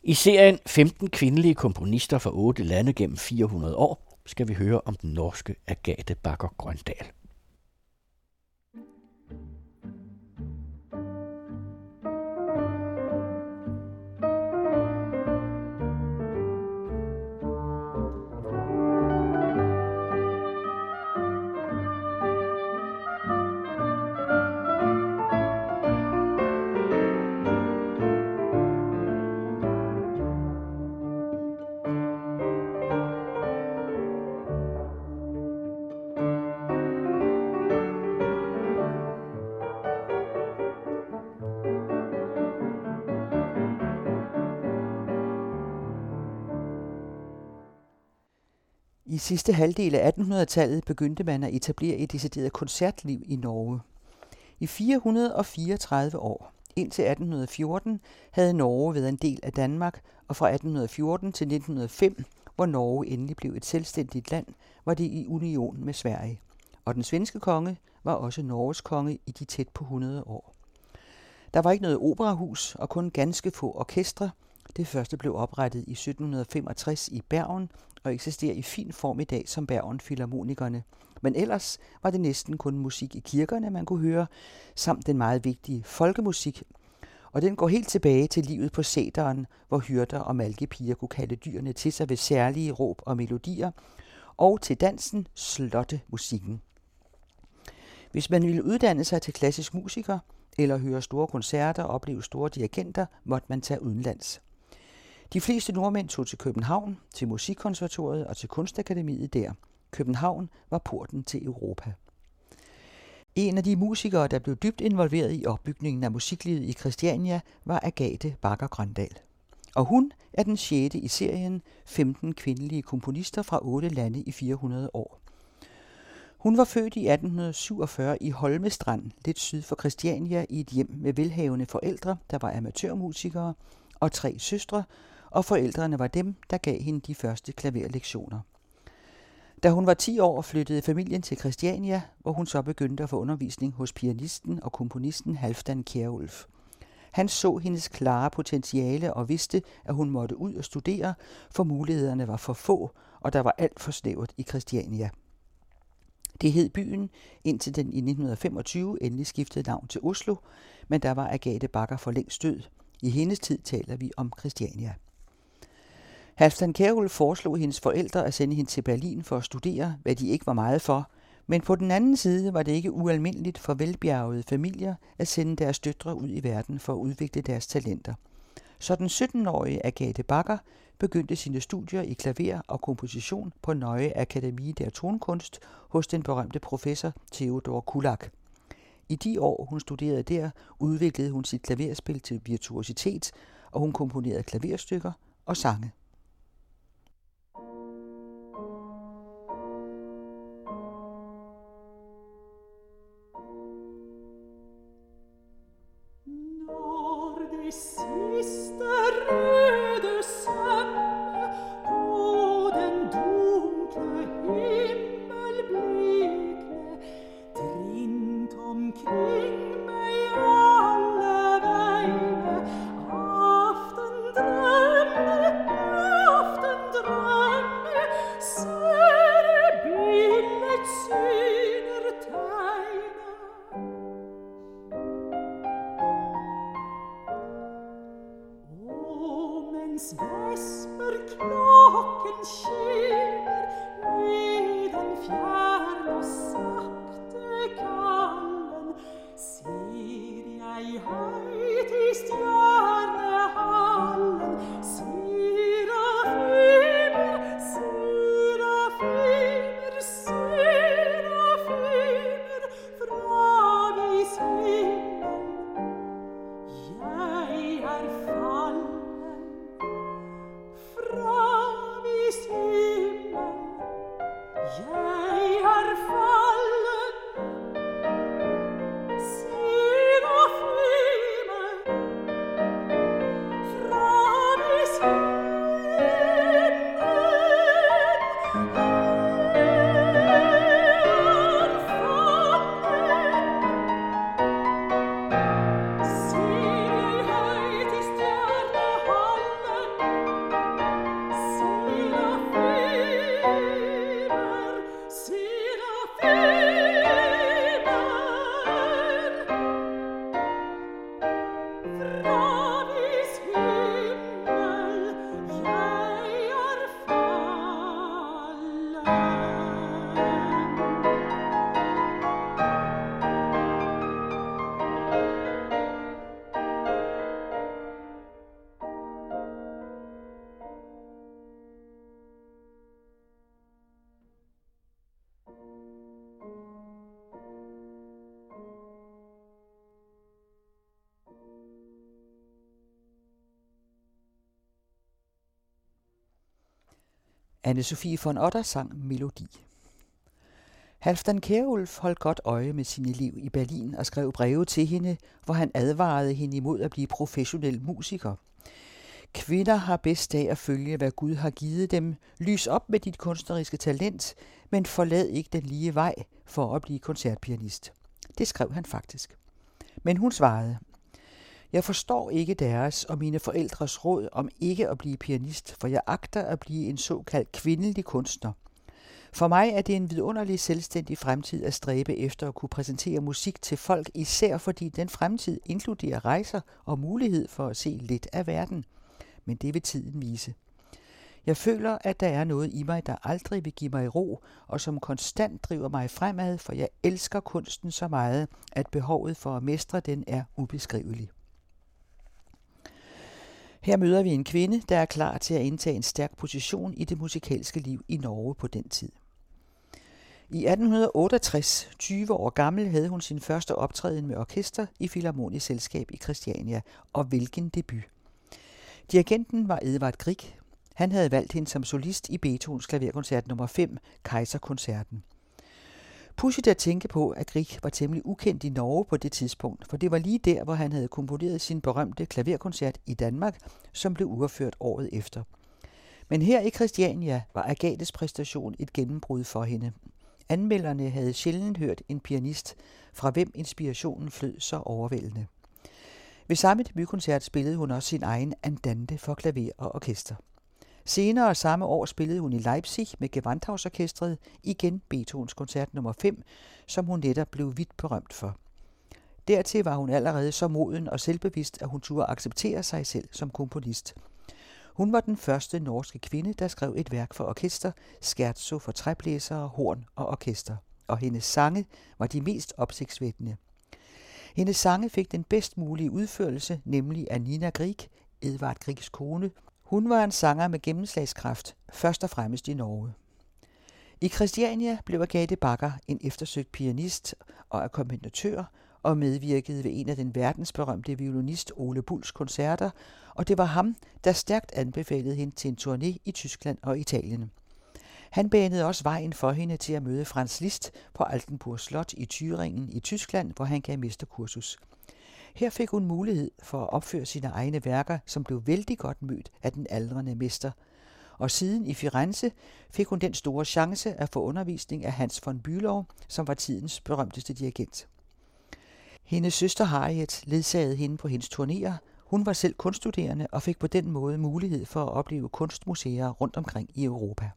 I serien 15 kvindelige komponister fra 8 lande gennem 400 år skal vi høre om den norske Agathe Bagger Grøndahl. I sidste halvdel af 1800-tallet begyndte man at etablere et decideret koncertliv i Norge. I 434 år, indtil 1814, havde Norge været en del af Danmark, og fra 1814 til 1905, hvor Norge endelig blev et selvstændigt land, var det i union med Sverige. Og den svenske konge var også Norges konge i de tæt på 100 år. Der var ikke noget operahus og kun ganske få orkestre. Det første blev oprettet i 1765 i Bergen og eksisterer i fin form i dag som Bergen Filharmonikerne. Men ellers var det næsten kun musik i kirkerne, man kunne høre, samt den meget vigtige folkemusik. Og den går helt tilbage til livet på sæteren, hvor hyrder og malkepiger kunne kalde dyrene til sig ved særlige råb og melodier, og til dansen slåttemusikken. Hvis man ville uddanne sig til klassisk musiker, eller høre store koncerter og opleve store dirigenter, måtte man tage udenlands. De fleste nordmænd tog til København, til Musikkonservatoriet og til Kunstakademiet der. København var porten til Europa. En af de musikere, der blev dybt involveret i opbygningen af musiklivet i Christiania, var Agathe Bagger Grøndahl. Og hun er den 6. i serien 15 kvindelige komponister fra 8 lande i 400 år. Hun var født i 1847 i Holmestrand, lidt syd for Christiania, i et hjem med velhavende forældre, der var amatørmusikere, og 3 søstre, og forældrene var dem, der gav hende de første klaverlektioner. Da hun var 10 år, flyttede familien til Christiania, hvor hun så begyndte at få undervisning hos pianisten og komponisten Halfdan Kjærulf. Han så hendes klare potentiale og vidste, at hun måtte ud og studere, for mulighederne var for få, og der var alt for snævert i Christiania. Det hed byen, indtil den i 1925 endelig skiftede navn til Oslo, men der var Agathe Bagger for længst død. I hendes tid taler vi om Christiania. Halfdan Kjærulf foreslog hendes forældre at sende hende til Berlin for at studere, hvad de ikke var meget for, men på den anden side var det ikke ualmindeligt for velbjergede familier at sende deres døtre ud i verden for at udvikle deres talenter. Så den 17-årige Agathe Bagger begyndte sine studier i klaver og komposition på Neue Akademie der Tonkunst hos den berømte professor Theodor Kullak. I de år, hun studerede der, udviklede hun sit klaverspil til virtuositet, og hun komponerede klaverstykker og sange. Fra vis himmel Anne-Sophie von Otter sang melodi. Halfdan Kjærulff holdt godt øje med sin elev i Berlin og skrev breve til hende, hvor han advarede hende imod at blive professionel musiker. Kvinder har bedst af at følge, hvad Gud har givet dem. Lys op med dit kunstneriske talent, men forlad ikke den lige vej for at blive koncertpianist. Det skrev han faktisk. Men hun svarede: Jeg forstår ikke deres og mine forældres råd om ikke at blive pianist, for jeg agter at blive en såkaldt kvindelig kunstner. For mig er det en vidunderlig selvstændig fremtid at stræbe efter at kunne præsentere musik til folk, især fordi den fremtid inkluderer rejser og mulighed for at se lidt af verden. Men det vil tiden vise. Jeg føler, at der er noget i mig, der aldrig vil give mig ro, og som konstant driver mig fremad, for jeg elsker kunsten så meget, at behovet for at mestre den er ubeskrivelig. Her møder vi en kvinde, der er klar til at indtage en stærk position i det musikalske liv i Norge på den tid. I 1868, 20 år gammel, havde hun sin første optræden med orkester i Filharmonisk Selskab i Christiania, og hvilken debut. Dirigenten var Edvard Grieg. Han havde valgt hende som solist i Beethovens klaverkoncert nummer 5, Kejserkoncerten. Pudsigt at tænke på, at Grieg var temmelig ukendt i Norge på det tidspunkt, for det var lige der, hvor han havde komponeret sin berømte klaverkoncert i Danmark, som blev uafført året efter. Men her i Christiania var Agates præstation et gennembrud for hende. Anmelderne havde sjældent hørt en pianist, fra hvem inspirationen flød så overvældende. Ved samme debutkoncert spillede hun også sin egen andante for klaver og orkester. Senere samme år spillede hun i Leipzig med Gewandhausorkestret, igen Beethovens koncert nummer 5, som hun netop blev vidt berømt for. Dertil var hun allerede så moden og selvbevidst, at hun turde acceptere sig selv som komponist. Hun var den første norske kvinde, der skrev et værk for orkester, scherzo for træblæsere, horn og orkester, og hendes sange var de mest opsigtsvækkende. Hendes sange fik den bedst mulige udførelse, nemlig af Nina Grieg, Edvard Griegs kone. Hun var en sanger med gennemslagskraft, først og fremmest i Norge. I Christiania blev Agathe Bagger en eftersøgt pianist og akkompagnatør og medvirkede ved en af den verdensberømte violinist Ole Bulls koncerter, og det var ham, der stærkt anbefalede hende til en turné i Tyskland og Italien. Han banede også vejen for hende til at møde Franz Liszt på Altenburg Slot i Thüringen i Tyskland, hvor han gav mesterkursus. Her fik hun mulighed for at opføre sine egne værker, som blev vældig godt mødt af den aldrende mester. Og siden i Firenze fik hun den store chance at få undervisning af Hans von Bülow, som var tidens berømteste dirigent. Hendes søster Harriet ledsagede hende på hendes turnéer. Hun var selv kunststuderende og fik på den måde mulighed for at opleve kunstmuseer rundt omkring i Europa.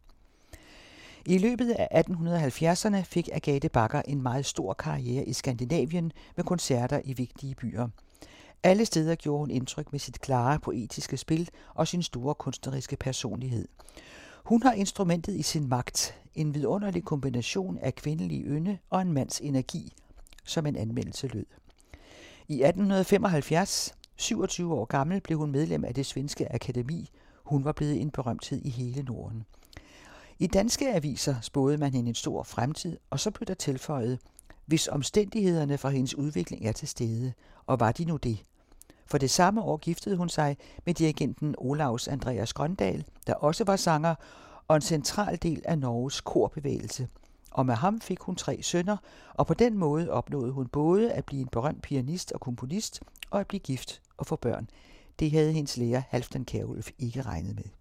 I løbet af 1870'erne fik Agathe Bagger en meget stor karriere i Skandinavien med koncerter i vigtige byer. Alle steder gjorde hun indtryk med sit klare poetiske spil og sin store kunstneriske personlighed. Hun har instrumentet i sin magt, en vidunderlig kombination af kvindelig ynde og en mands energi, som en anmeldelse lød. I 1875, 27 år gammel, blev hun medlem af det svenske akademi. Hun var blevet en berømthed i hele Norden. I danske aviser spåede man hende en stor fremtid, og så blev der tilføjet, hvis omstændighederne for hendes udvikling er til stede, og var de nu det. For det samme år giftede hun sig med dirigenten Olaus Andreas Grøndahl, der også var sanger og en central del af Norges korbevægelse. Og med ham fik hun 3 sønner, og på den måde opnåede hun både at blive en berømt pianist og komponist, og at blive gift og få børn. Det havde hendes lærer Halfdan Kjærulff ikke regnet med.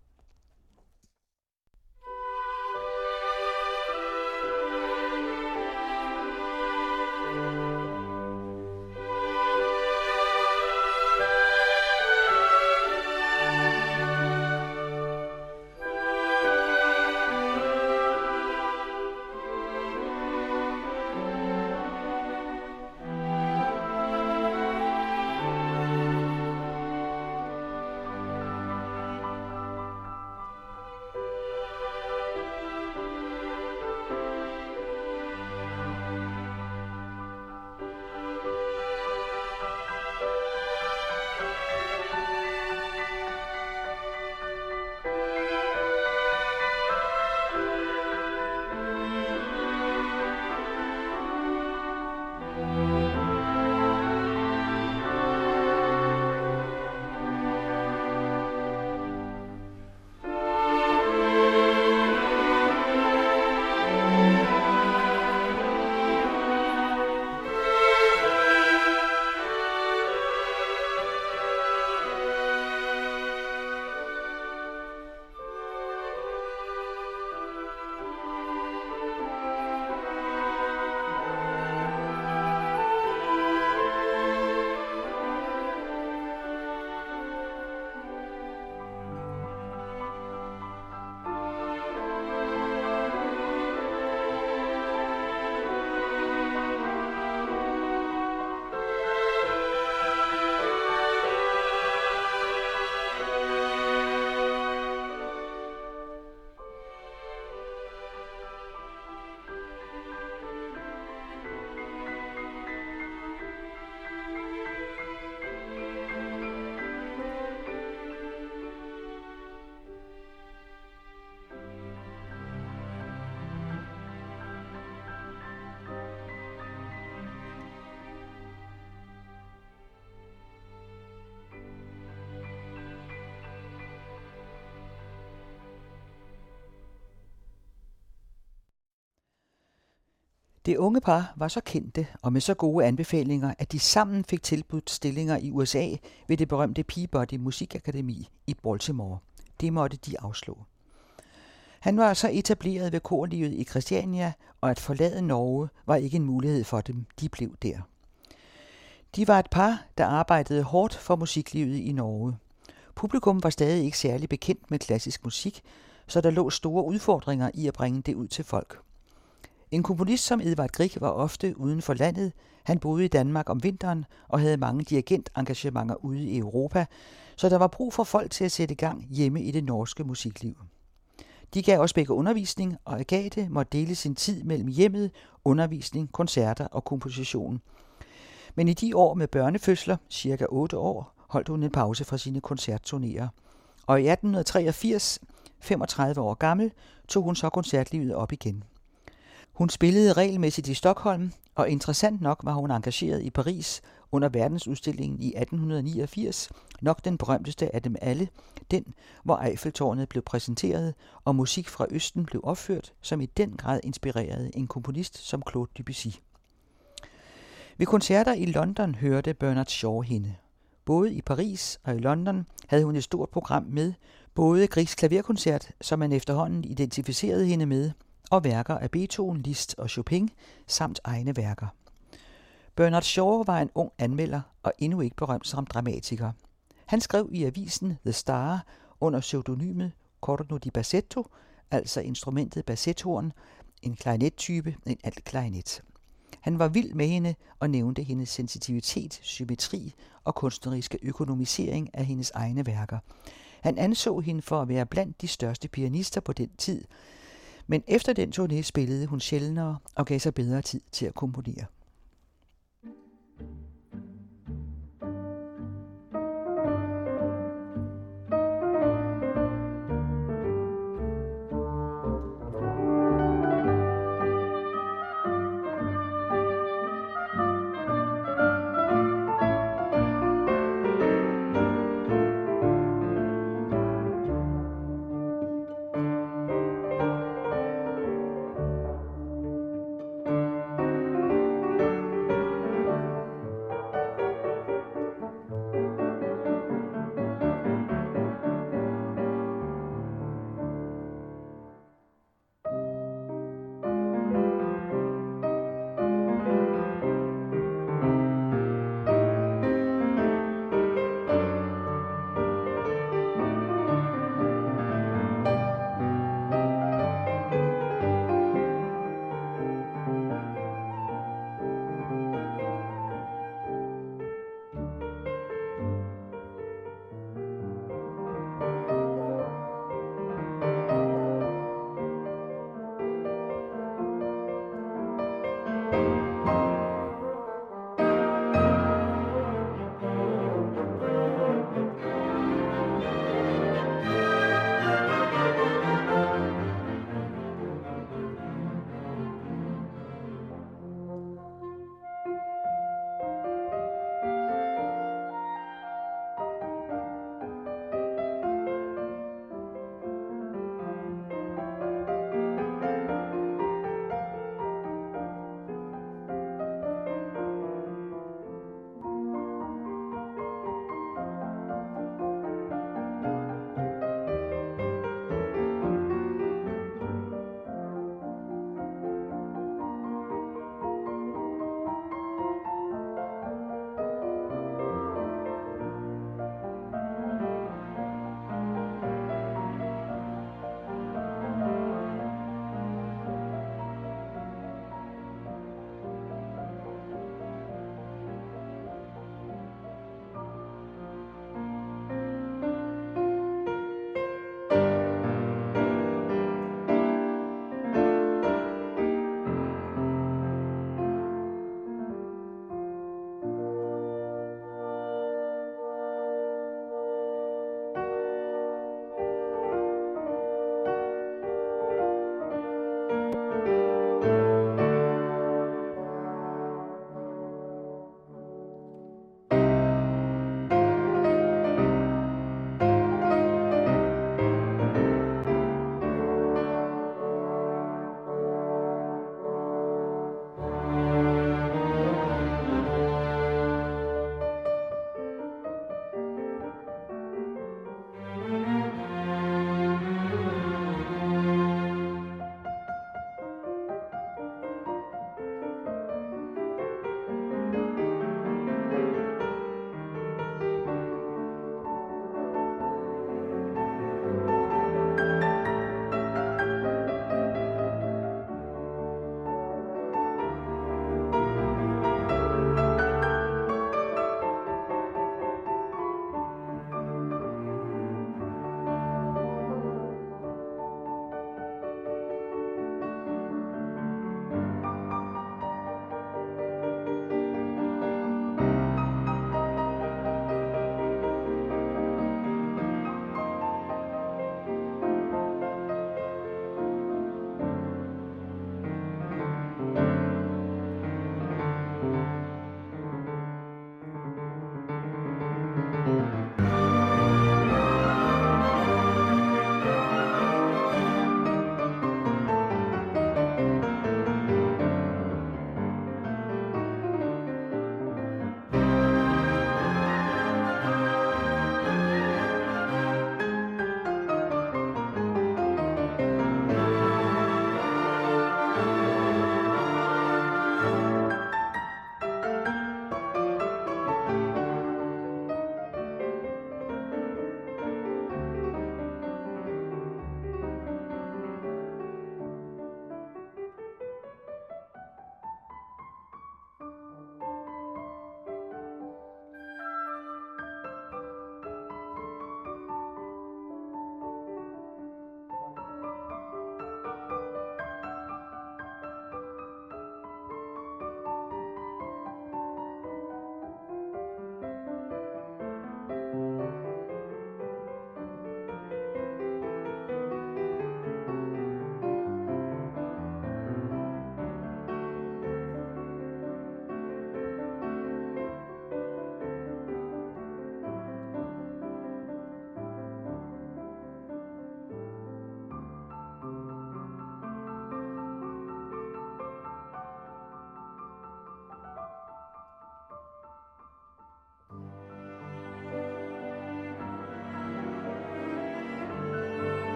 Det unge par var så kendte og med så gode anbefalinger, at de sammen fik tilbudt stillinger i USA ved det berømte Peabody Musikakademi i Baltimore. Det måtte de afslå. Han var så etableret ved korlivet i Christiania, og at forlade Norge var ikke en mulighed for dem. De blev der. De var et par, der arbejdede hårdt for musiklivet i Norge. Publikum var stadig ikke særlig bekendt med klassisk musik, så der lå store udfordringer i at bringe det ud til folk. En komponist som Edvard Grieg var ofte uden for landet. Han boede i Danmark om vinteren og havde mange dirigentengagementer ude i Europa, så der var brug for folk til at sætte gang hjemme i det norske musikliv. De gav også begge undervisning, og Agathe måtte dele sin tid mellem hjemmet, undervisning, koncerter og komposition. Men i de år med børnefødsler, cirka 8 år, holdt hun en pause fra sine koncertturnéer. Og i 1883, 35 år gammel, tog hun så koncertlivet op igen. Hun spillede regelmæssigt i Stockholm, og interessant nok var hun engageret i Paris under verdensudstillingen i 1889, nok den berømteste af dem alle, den, hvor Eiffeltårnet blev præsenteret, og musik fra Østen blev opført, som i den grad inspirerede en komponist som Claude Debussy. Ved koncerter i London hørte Bernard Shaw hende. Både i Paris og i London havde hun et stort program med, både Griegs klaverkoncert, som man efterhånden identificerede hende med, og værker af Beethoven, Liszt og Chopin, samt egne værker. Bernard Shaw var en ung anmelder og endnu ikke berømt som dramatiker. Han skrev i avisen The Star under pseudonymet Corno di Bassetto, altså instrumentet bassethorn, en klarinettype, en altklarinet. Han var vild med hende og nævnte hendes sensitivitet, symmetri og kunstneriske økonomisering af hendes egne værker. Han anså hende for at være blandt de største pianister på den tid, men efter den turné spillede hun sjældnere og gav sig bedre tid til at komponere.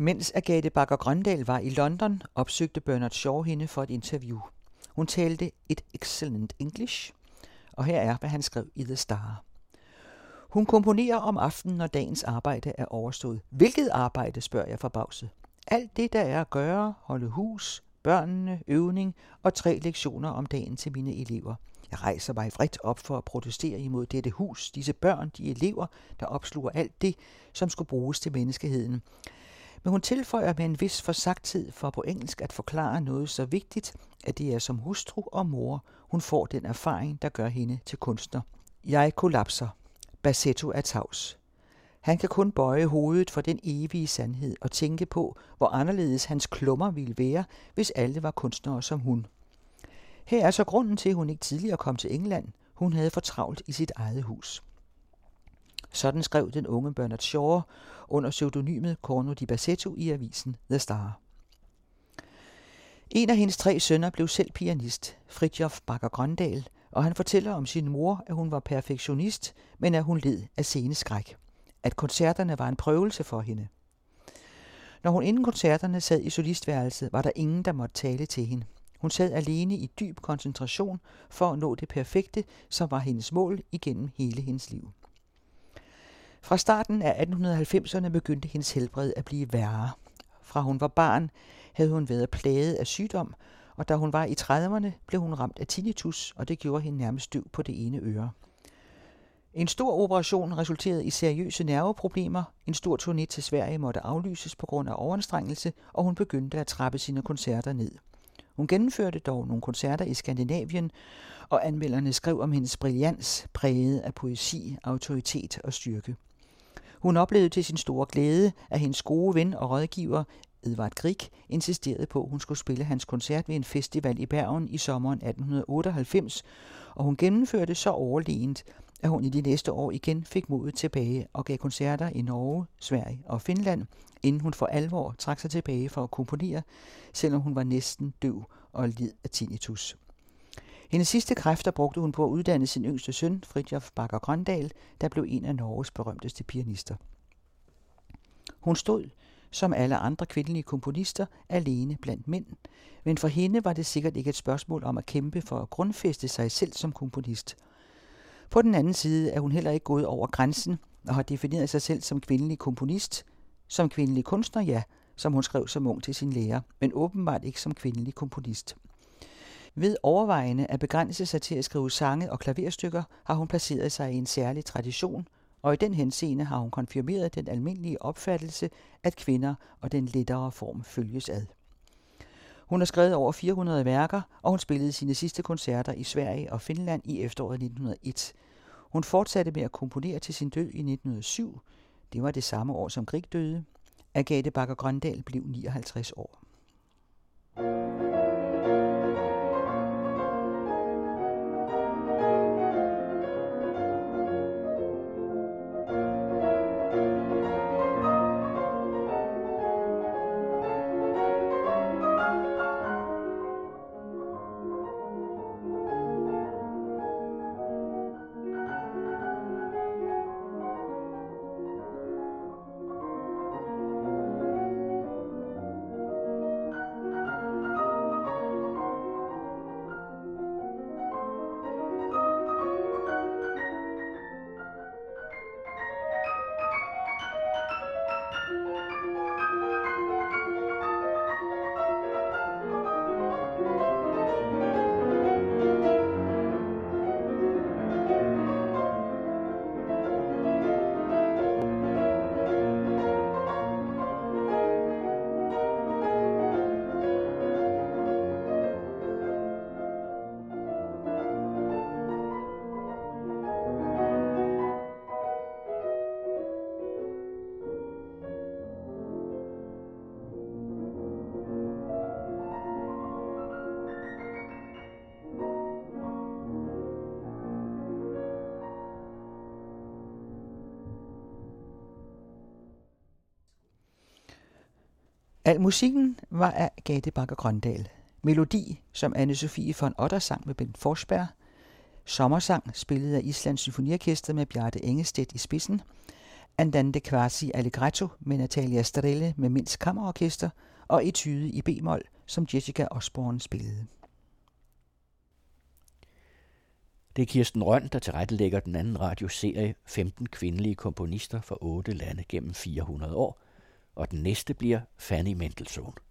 Mens Agathe Bagger Grøndahl var i London, opsøgte Bernard Shaw hende for et interview. Hun talte et excellent English, og her er, hvad han skrev i The Star. Hun komponerer om aftenen, når dagens arbejde er overstået. Hvilket arbejde, spørger jeg forbavset. Alt det, der er at gøre, holde hus, børnene, øvning og 3 lektioner om dagen til mine elever. Jeg rejser mig vredt op for at protestere imod dette hus, disse børn, de elever, der opsluger alt det, som skulle bruges til menneskeheden. Men hun tilføjer med en vis forsagthed for på engelsk at forklare noget så vigtigt, at det er som hustru og mor, hun får den erfaring, der gør hende til kunstner. Jeg kollapser. Bassetto er tavs. Han kan kun bøje hovedet for den evige sandhed og tænke på, hvor anderledes hans klummer ville være, hvis alle var kunstnere som hun. Her er så grunden til, at hun ikke tidligere kom til England. Hun havde for travlt i sit eget hus. Sådan skrev den unge Bernard Shaw under pseudonymet Corno di Bassetto i avisen The Star. En af hendes 3 sønner blev selv pianist, Fridtjof Bagger Grøndahl, og han fortæller om sin mor, at hun var perfektionist, men at hun led af sceneskræk. At koncerterne var en prøvelse for hende. Når hun inden koncerterne sad i solistværelset, var der ingen, der måtte tale til hende. Hun sad alene i dyb koncentration for at nå det perfekte, som var hendes mål igennem hele hendes liv. Fra starten af 1890'erne begyndte hendes helbred at blive værre. Fra hun var barn havde hun været plaget af sygdom, og da hun var i 30'erne, blev hun ramt af tinnitus, og det gjorde hende nærmest døv på det ene øre. En stor operation resulterede i seriøse nerveproblemer, en stor turné til Sverige måtte aflyses på grund af overanstrengelse, og hun begyndte at trappe sine koncerter ned. Hun gennemførte dog nogle koncerter i Skandinavien, og anmelderne skrev om hendes brillans, præget af poesi, autoritet og styrke. Hun oplevede til sin store glæde, at hendes gode ven og rådgiver, Edvard Grieg, insisterede på, at hun skulle spille hans koncert ved en festival i Bergen i sommeren 1898, og hun gennemførte så overlegent, at hun i de næste år igen fik modet tilbage og gav koncerter i Norge, Sverige og Finland, inden hun for alvor trak sig tilbage for at komponere, selvom hun var næsten døv og led af tinnitus. Hendes sidste kræfter brugte hun på at uddanne sin yngste søn, Fridtjof Bagger Grøndahl, der blev en af Norges berømteste pianister. Hun stod, som alle andre kvindelige komponister, alene blandt mænd, men for hende var det sikkert ikke et spørgsmål om at kæmpe for at grundfæste sig selv som komponist. På den anden side er hun heller ikke gået over grænsen og har defineret sig selv som kvindelig komponist, som kvindelig kunstner, ja, som hun skrev som ung til sin lærer, men åbenbart ikke som kvindelig komponist. Ved overvejende at begrænse sig til at skrive sange og klaverstykker, har hun placeret sig i en særlig tradition, og i den henseende har hun konfirmeret den almindelige opfattelse, at kvinder og den lettere form følges ad. Hun har skrevet over 400 værker, og hun spillede sine sidste koncerter i Sverige og Finland i efteråret 1901. Hun fortsatte med at komponere til sin død i 1907. Det var det samme år, som Grieg døde. Agathe Bagger Grøndahl blev 59 år. Al musikken var af Agathe Bagger Grøndahl. Melodi, som Anne-Sophie von Otter sang med Bent Forsberg. Sommersang, spillet af Islands Symfoniorkester med Bjarte Engestedt i spidsen. Andante quasi allegretto med Natalia Strelle med Minsk Kammerorkester og etude i b-mol, som Jessica Osborne spillede. Det er Kirsten Rønn, der tilrettelægger den anden radioserie 15 kvindelige komponister fra 8 lande gennem 400 år, og den næste bliver Fanny Mendelssohn.